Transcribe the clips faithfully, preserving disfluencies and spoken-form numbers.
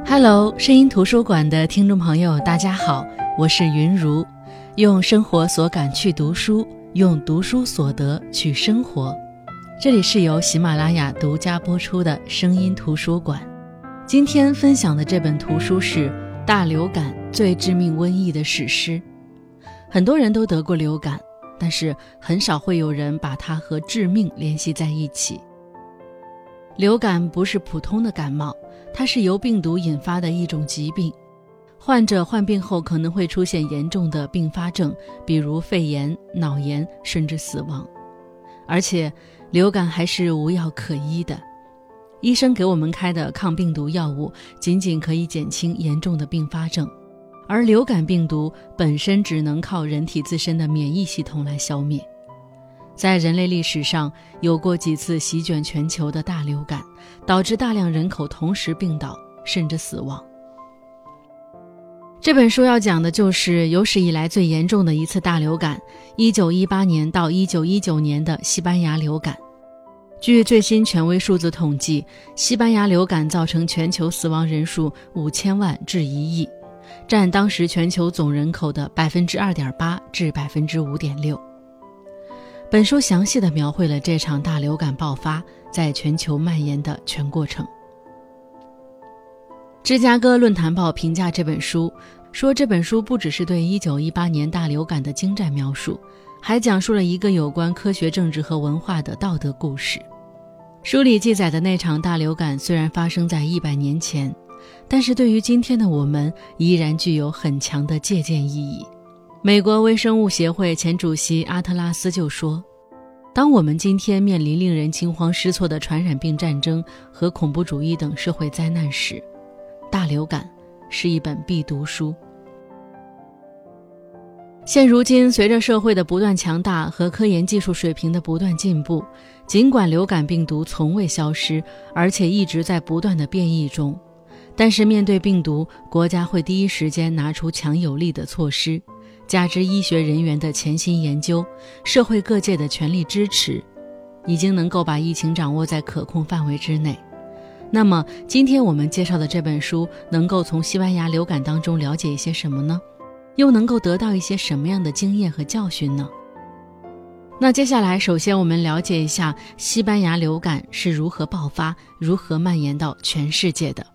Hello， 声音图书馆的听众朋友大家好，我是云如，用生活所感去读书，用读书所得去生活。这里是由喜马拉雅独家播出的声音图书馆。今天分享的这本图书是大流感最致命瘟疫的史诗。很多人都得过流感，但是很少会有人把它和致命联系在一起。流感不是普通的感冒，它是由病毒引发的一种疾病。患者患病后可能会出现严重的并发症，比如肺炎、脑炎，甚至死亡。而且流感还是无药可医的，医生给我们开的抗病毒药物仅仅可以减轻严重的并发症，而流感病毒本身只能靠人体自身的免疫系统来消灭。在人类历史上有过几次席卷全球的大流感，导致大量人口同时病倒，甚至死亡。这本书要讲的就是有史以来最严重的一次大流感，一九一八年到一九一九年的西班牙流感。据最新权威数字统计，西班牙流感造成全球死亡人数五千万至一亿，占当时全球总人口的 百分之二点八 至 百分之五点六。本书详细地描绘了这场大流感爆发在全球蔓延的全过程。芝加哥论坛报评价这本书，说这本书不只是对一九一八年大流感的精湛描述，还讲述了一个有关科学、政治和文化的道德故事。书里记载的那场大流感虽然发生在一百年前，但是对于今天的我们依然具有很强的借鉴意义。美国微生物协会前主席阿特拉斯就说，当我们今天面临令人惊慌失措的传染病战争和恐怖主义等社会灾难时，大流感是一本必读书。现如今，随着社会的不断强大和科研技术水平的不断进步，尽管流感病毒从未消失，而且一直在不断的变异中，但是面对病毒，国家会第一时间拿出强有力的措施，加之医学人员的潜心研究，社会各界的全力支持，已经能够把疫情掌握在可控范围之内。那么今天我们介绍的这本书能够从西班牙流感当中了解一些什么呢？又能够得到一些什么样的经验和教训呢？那接下来首先我们了解一下西班牙流感是如何爆发，如何蔓延到全世界的。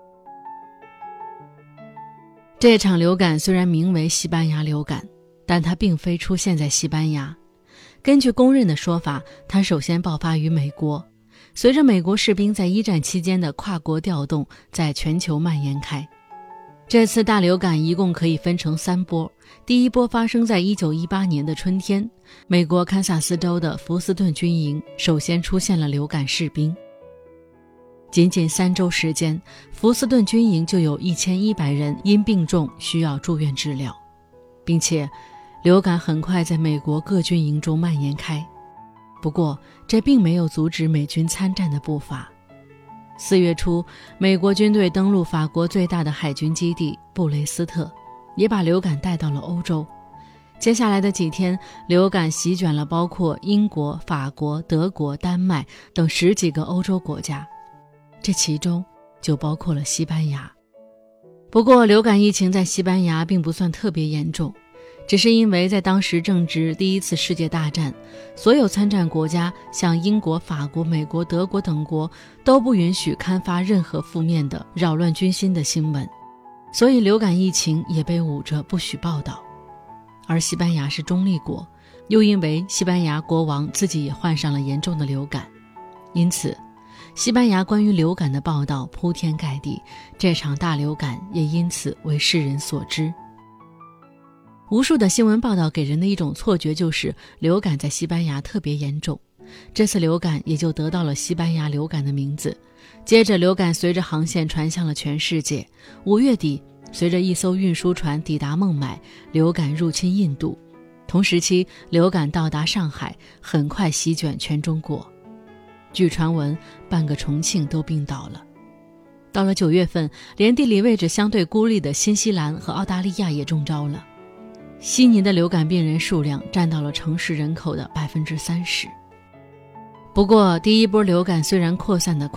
这场流感虽然名为西班牙流感，但它并非出现在西班牙。根据公认的说法，它首先爆发于美国，随着美国士兵在一战期间的跨国调动，在全球蔓延开。这次大流感一共可以分成三波，第一波发生在一九一八年的春天，美国堪萨斯州的福斯顿军营首先出现了流感士兵。仅仅三周时间，福斯顿军营就有一千一百人因病重需要住院治疗，并且流感很快在美国各军营中蔓延开。不过这并没有阻止美军参战的步伐。四月初，美国军队登陆法国最大的海军基地布雷斯特，也把流感带到了欧洲。接下来的几天，流感席卷了包括英国、法国、德国、丹麦等十几个欧洲国家，这其中就包括了西班牙。不过流感疫情在西班牙并不算特别严重，只是因为在当时正值第一次世界大战，所有参战国家像英国、法国、美国、德国等国都不允许刊发任何负面的扰乱军心的新闻，所以流感疫情也被捂着不许报道。而西班牙是中立国，又因为西班牙国王自己也患上了严重的流感，因此西班牙关于流感的报道铺天盖地，这场大流感也因此为世人所知。无数的新闻报道给人的一种错觉就是流感在西班牙特别严重，这次流感也就得到了西班牙流感的名字。接着流感随着航线传向了全世界，五月底随着一艘运输船抵达孟买，流感入侵印度，同时期流感到达上海，很快席卷全中国。据传闻，半个重庆都病倒了。到了九月份，连地理位置相对孤立的新西兰和澳大利亚也中招了。悉尼的流感病人数量占到了城市人口的 百分之三十。不过第一波流感虽然扩散得快，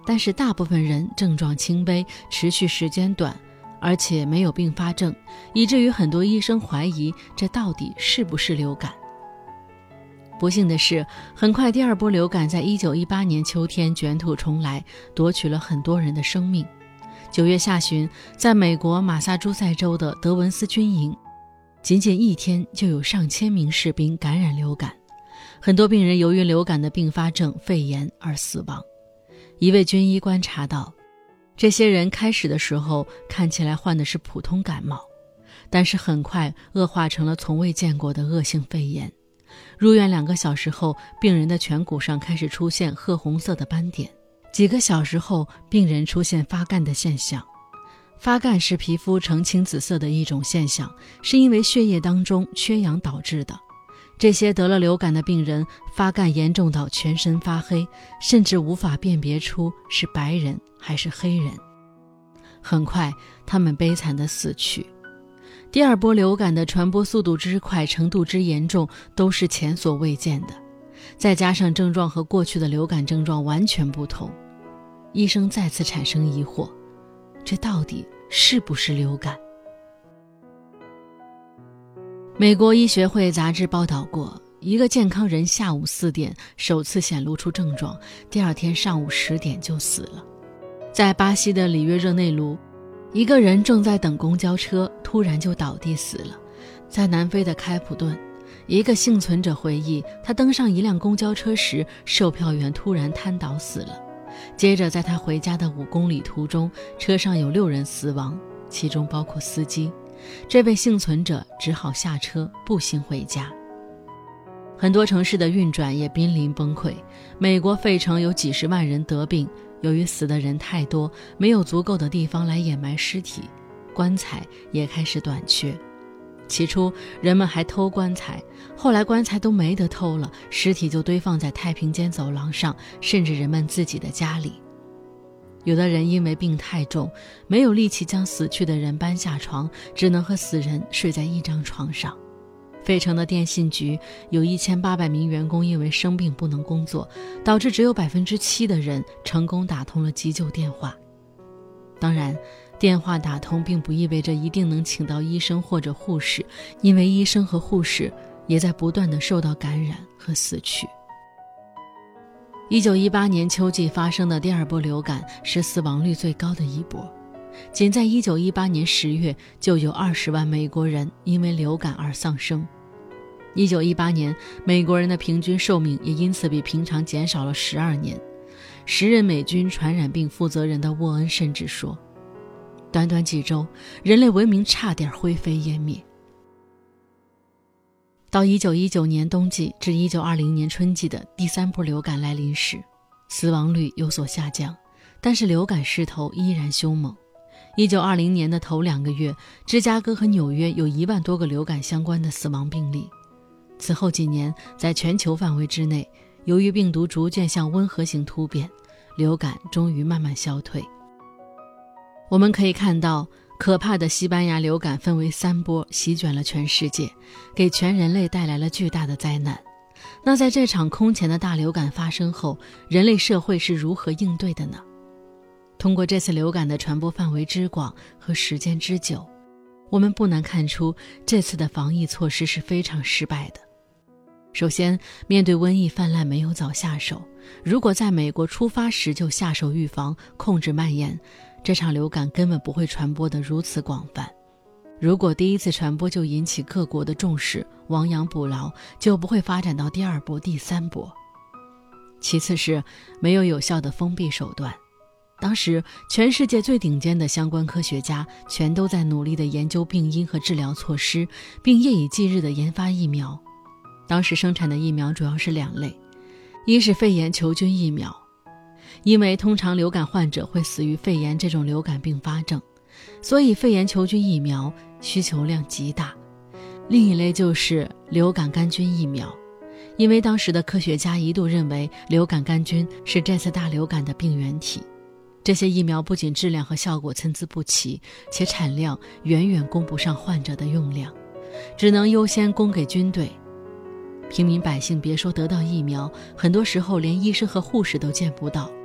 但是大部分人症状轻微，持续时间短，而且没有并发症，以至于很多医生怀疑这到底是不是流感。不幸的是，很快第二波流感在一九一八年秋天卷土重来，夺取了很多人的生命。九月下旬，在美国马萨诸塞州的德文斯军营，仅仅一天就有上千名士兵感染流感，很多病人由于流感的并发症肺炎而死亡。一位军医观察到，这些人开始的时候看起来患的是普通感冒，但是很快恶化成了从未见过的恶性肺炎。入院两个小时后，病人的颧骨上开始出现褐红色的斑点，几个小时后，病人出现发干的现象。发干是皮肤呈青紫色的一种现象，是因为血液当中缺氧导致的。这些得了流感的病人发干严重到全身发黑，甚至无法辨别出是白人还是黑人。很快，他们悲惨地死去。第二波流感的传播速度之快，程度之严重，都是前所未见的。再加上症状和过去的流感症状完全不同，医生再次产生疑惑，这到底是不是流感？美国医学会杂志报道过，一个健康人下午四点首次显露出症状，第二天上午十点就死了。在巴西的里约热内卢，一个人正在等公交车，突然就倒地死了。在南非的开普敦，一个幸存者回忆，他登上一辆公交车时，售票员突然瘫倒死了。接着在他回家的五公里途中，车上有六人死亡，其中包括司机。这位幸存者只好下车步行回家。很多城市的运转也濒临崩溃，美国费城有几十万人得病，由于死的人太多，没有足够的地方来掩埋尸体，棺材也开始短缺。起初人们还偷棺材，后来棺材都没得偷了，尸体就堆放在太平间走廊上，甚至人们自己的家里。有的人因为病太重，没有力气将死去的人搬下床，只能和死人睡在一张床上。费城的电信局有一千八百名员工因为生病不能工作，导致只有 百分之七 的人成功打通了急救电话。当然，电话打通并不意味着一定能请到医生或者护士，因为医生和护士也在不断地受到感染和死去。一九一八年秋季发生的第二波流感是死亡率最高的一波，仅在一九一八年十月就有二十万美国人因为流感而丧生。一九一八年，美国人的平均寿命也因此比平常减少了十二年。时任美军传染病负责人的沃恩甚至说，短短几周，人类文明差点灰飞烟灭。到一九一九年冬季至一九二零年春季的第三波流感来临时，死亡率有所下降，但是流感势头依然凶猛。一九二零年的头两个月，芝加哥和纽约有一万多个流感相关的死亡病例。此后几年，在全球范围之内，由于病毒逐渐向温和型突变，流感终于慢慢消退。我们可以看到，可怕的西班牙流感分为三波，席卷了全世界，给全人类带来了巨大的灾难。那在这场空前的大流感发生后，人类社会是如何应对的呢？通过这次流感的传播范围之广和时间之久，我们不难看出这次的防疫措施是非常失败的。首先，面对瘟疫泛滥没有早下手，如果在美国出发时就下手预防，控制蔓延，这场流感根本不会传播得如此广泛。如果第一次传播就引起各国的重视，亡羊补牢，就不会发展到第二波、第三波。其次是没有有效的封闭手段。当时全世界最顶尖的相关科学家全都在努力地研究病因和治疗措施，并夜以继日地研发疫苗。当时生产的疫苗主要是两类，一是肺炎球菌疫苗，因为通常流感患者会死于肺炎这种流感并发症，所以肺炎球菌疫苗需求量极大。另一类就是流感杆菌疫苗，因为当时的科学家一度认为流感杆菌是这次大流感的病原体。这些疫苗不仅质量和效果参差不齐，且产量远远供不上患者的用量，只能优先供给军队。平民百姓别说得到疫苗，很多时候连医生和护士都见不到，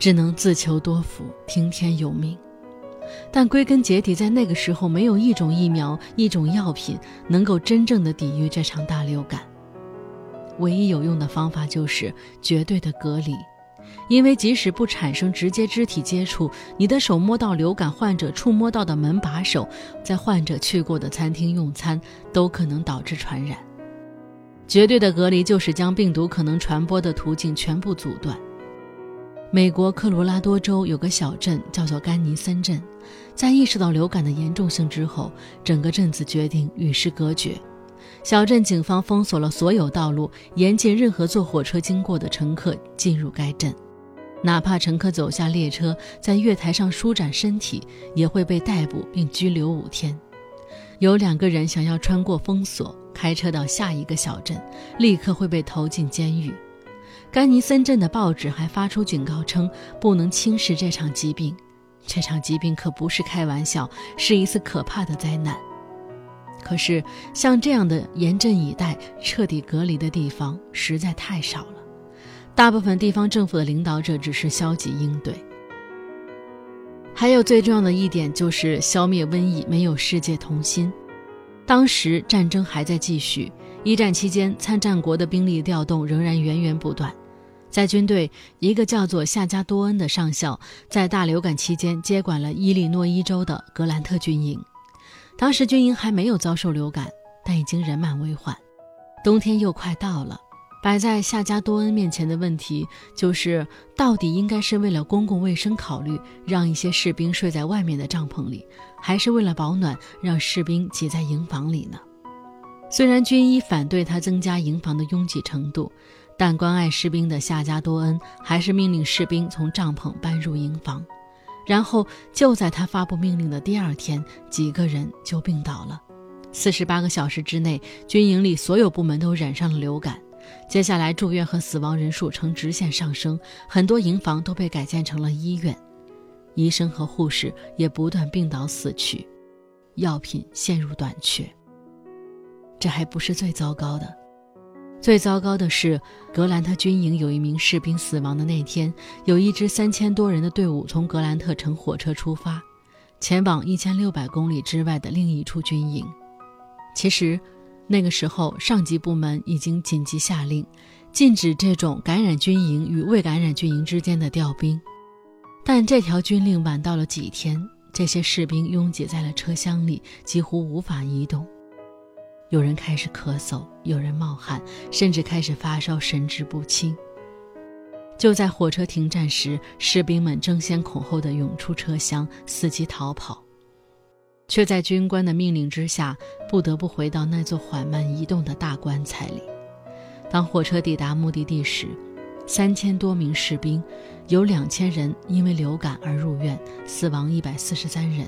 只能自求多福，听天由命。但归根结底，在那个时候没有一种疫苗、一种药品能够真正的抵御这场大流感。唯一有用的方法就是绝对的隔离，因为即使不产生直接肢体接触，你的手摸到流感患者触摸到的门把手，在患者去过的餐厅用餐，都可能导致传染。绝对的隔离就是将病毒可能传播的途径全部阻断。美国科罗拉多州有个小镇叫做甘尼森镇，在意识到流感的严重性之后，整个镇子决定与世隔绝。小镇警方封锁了所有道路，严禁任何坐火车经过的乘客进入该镇。哪怕乘客走下列车，在月台上舒展身体，也会被逮捕并拘留五天。有两个人想要穿过封锁，开车到下一个小镇，立刻会被投进监狱。甘尼森镇的报纸还发出警告称，不能轻视这场疾病。这场疾病可不是开玩笑，是一次可怕的灾难。可是像这样的严阵以待、彻底隔离的地方实在太少了，大部分地方政府的领导者只是消极应对。还有最重要的一点就是消灭瘟疫没有世界同心。当时战争还在继续，一战期间参战国的兵力调动仍然源源不断。在军队，一个叫做夏加多恩的上校在大流感期间接管了伊利诺伊州的格兰特军营。当时军营还没有遭受流感，但已经人满为患。冬天又快到了，摆在夏加多恩面前的问题就是到底应该是为了公共卫生考虑，让一些士兵睡在外面的帐篷里，还是为了保暖，让士兵挤在营房里呢？虽然军医反对他增加营房的拥挤程度，但关爱士兵的夏加多恩还是命令士兵从帐篷搬入营房。然后就在他发布命令的第二天，几个人就病倒了。四十八个小时之内，军营里所有部门都染上了流感。接下来住院和死亡人数呈直线上升，很多营房都被改建成了医院。医生和护士也不断病倒死去，药品陷入短缺。这还不是最糟糕的，最糟糕的是，格兰特军营有一名士兵死亡的那天，有一支三千多人的队伍从格兰特乘火车出发，前往一千六百公里之外的另一处军营。其实那个时候上级部门已经紧急下令，禁止这种感染军营与未感染军营之间的调兵。但这条军令晚到了几天，这些士兵拥挤在了车厢里，几乎无法移动。有人开始咳嗽，有人冒汗，甚至开始发烧，神志不清。就在火车停站时，士兵们争先恐后地涌出车厢，伺机逃跑，却在军官的命令之下，不得不回到那座缓慢移动的大棺材里。当火车抵达目的地时，三千多名士兵，有两千人因为流感而入院，死亡一百四十三人。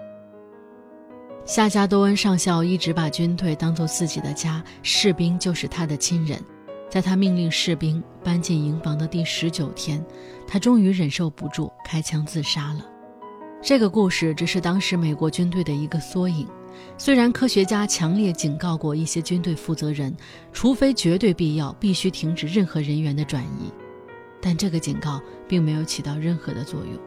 夏加多恩上校一直把军队当作自己的家，士兵就是他的亲人。在他命令士兵搬进营房的第十九天，他终于忍受不住，开枪自杀了。这个故事只是当时美国军队的一个缩影。虽然科学家强烈警告过一些军队负责人，除非绝对必要，必须停止任何人员的转移，但这个警告并没有起到任何的作用。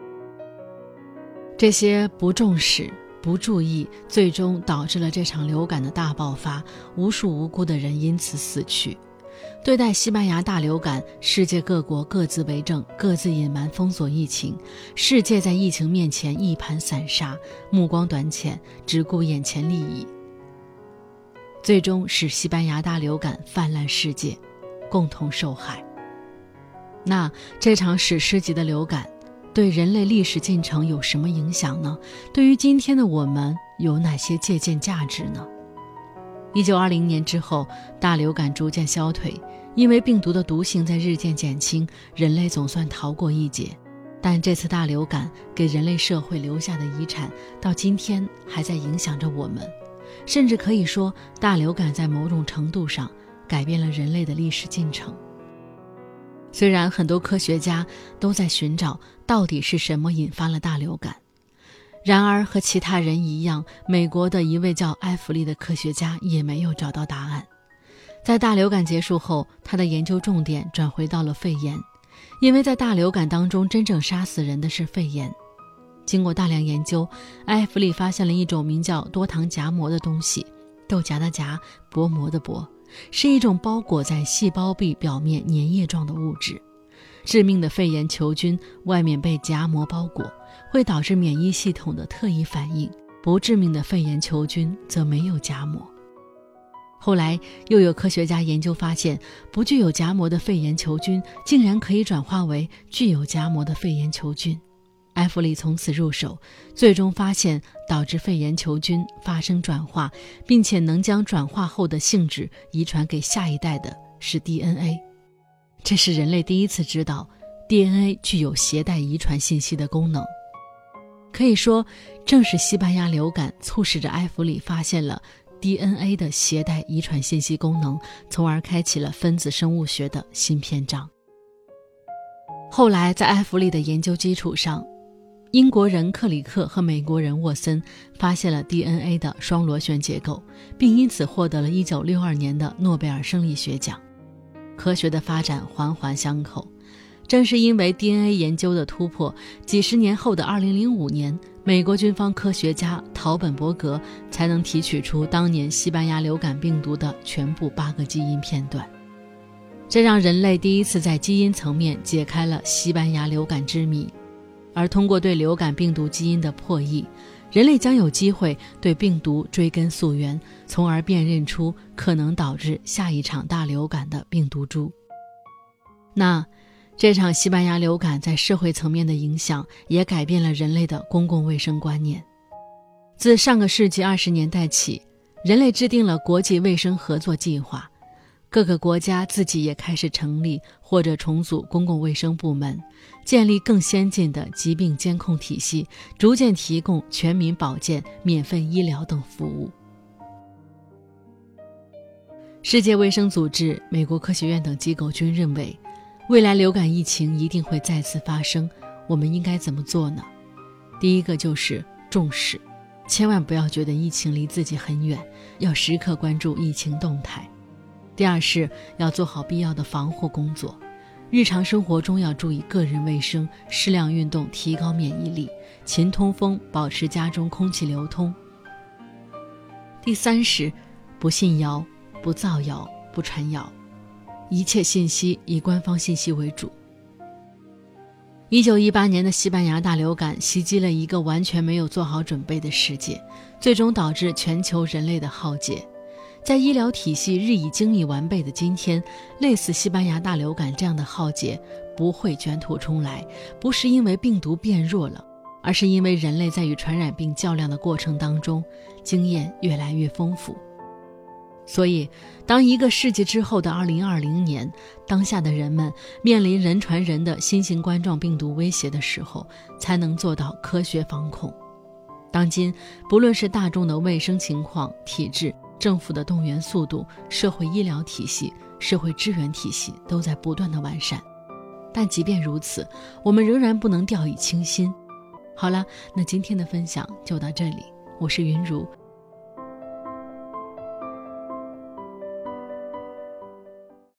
这些不重视、不注意，最终导致了这场流感的大爆发，无数无辜的人因此死去。对待西班牙大流感，世界各国各自为政，各自隐瞒封锁疫情，世界在疫情面前一盘散沙，目光短浅，只顾眼前利益，最终使西班牙大流感泛滥世界，共同受害。那这场史诗级的流感对人类历史进程有什么影响呢？对于今天的我们有哪些借鉴价值呢？一九二零年之后，大流感逐渐消退，因为病毒的毒性在日渐减轻，人类总算逃过一劫。但这次大流感给人类社会留下的遗产，到今天还在影响着我们。甚至可以说，大流感在某种程度上改变了人类的历史进程。虽然很多科学家都在寻找到底是什么引发了大流感，然而和其他人一样，美国的一位叫埃弗利的科学家也没有找到答案。在大流感结束后，他的研究重点转回到了肺炎， 因为在大流感当中真正杀死人的是肺炎。经过大量研究，埃弗里发现了一种名叫多糖荚膜的东西，豆荚的荚，薄膜的薄，是一种包裹在细胞壁表面粘液状的物质。致命的肺炎球菌外面被荚膜包裹，会导致免疫系统的特异反应，不致命的肺炎球菌则没有荚膜。后来又有科学家研究发现，不具有荚膜的肺炎球菌竟然可以转化为具有荚膜的肺炎球菌。埃弗里从此入手，最终发现导致肺炎球菌发生转化，并且能将转化后的性质遗传给下一代的是 D N A。 这是人类第一次知道 D N A 具有携带遗传信息的功能。可以说，正是西班牙流感促使着埃弗里发现了 D N A 的携带遗传信息功能，从而开启了分子生物学的新篇章。后来在埃弗里的研究基础上，英国人克里克和美国人沃森发现了 D N A 的双螺旋结构，并因此获得了一九六二年的诺贝尔生理学奖。科学的发展环环相扣，正是因为 D N A 研究的突破，几十年后的二零零五年，美国军方科学家陶本伯格才能提取出当年西班牙流感病毒的全部八个基因片段。这让人类第一次在基因层面解开了西班牙流感之谜。而通过对流感病毒基因的破译，人类将有机会对病毒追根溯源，从而辨认出可能导致下一场大流感的病毒株。那这场西班牙流感在社会层面的影响，也改变了人类的公共卫生观念。自上个世纪二十年代起，人类制定了国际卫生合作计划，各个国家自己也开始成立或者重组公共卫生部门，建立更先进的疾病监控体系，逐渐提供全民保健、免费医疗等服务。世界卫生组织、美国科学院等机构均认为，未来流感疫情一定会再次发生，我们应该怎么做呢？第一个就是重视，千万不要觉得疫情离自己很远，要时刻关注疫情动态。第二是要做好必要的防护工作，日常生活中要注意个人卫生，适量运动提高免疫力，勤通风，保持家中空气流通。第三是不信谣，不造谣，不传谣，一切信息以官方信息为主。一九一八年的西班牙大流感袭击了一个完全没有做好准备的世界，最终导致全球人类的浩劫。在医疗体系日益精密完备的今天，类似西班牙大流感这样的浩劫不会卷土重来，不是因为病毒变弱了，而是因为人类在与传染病较量的过程当中，经验越来越丰富。所以，当一个世纪之后的二零二零年，当下的人们面临人传人的新型冠状病毒威胁的时候，才能做到科学防控。当今，不论是大众的卫生情况、体制、政府的动员速度、社会医疗体系、社会支援体系都在不断的完善。但即便如此，我们仍然不能掉以轻心。好了，那今天的分享就到这里，我是云如，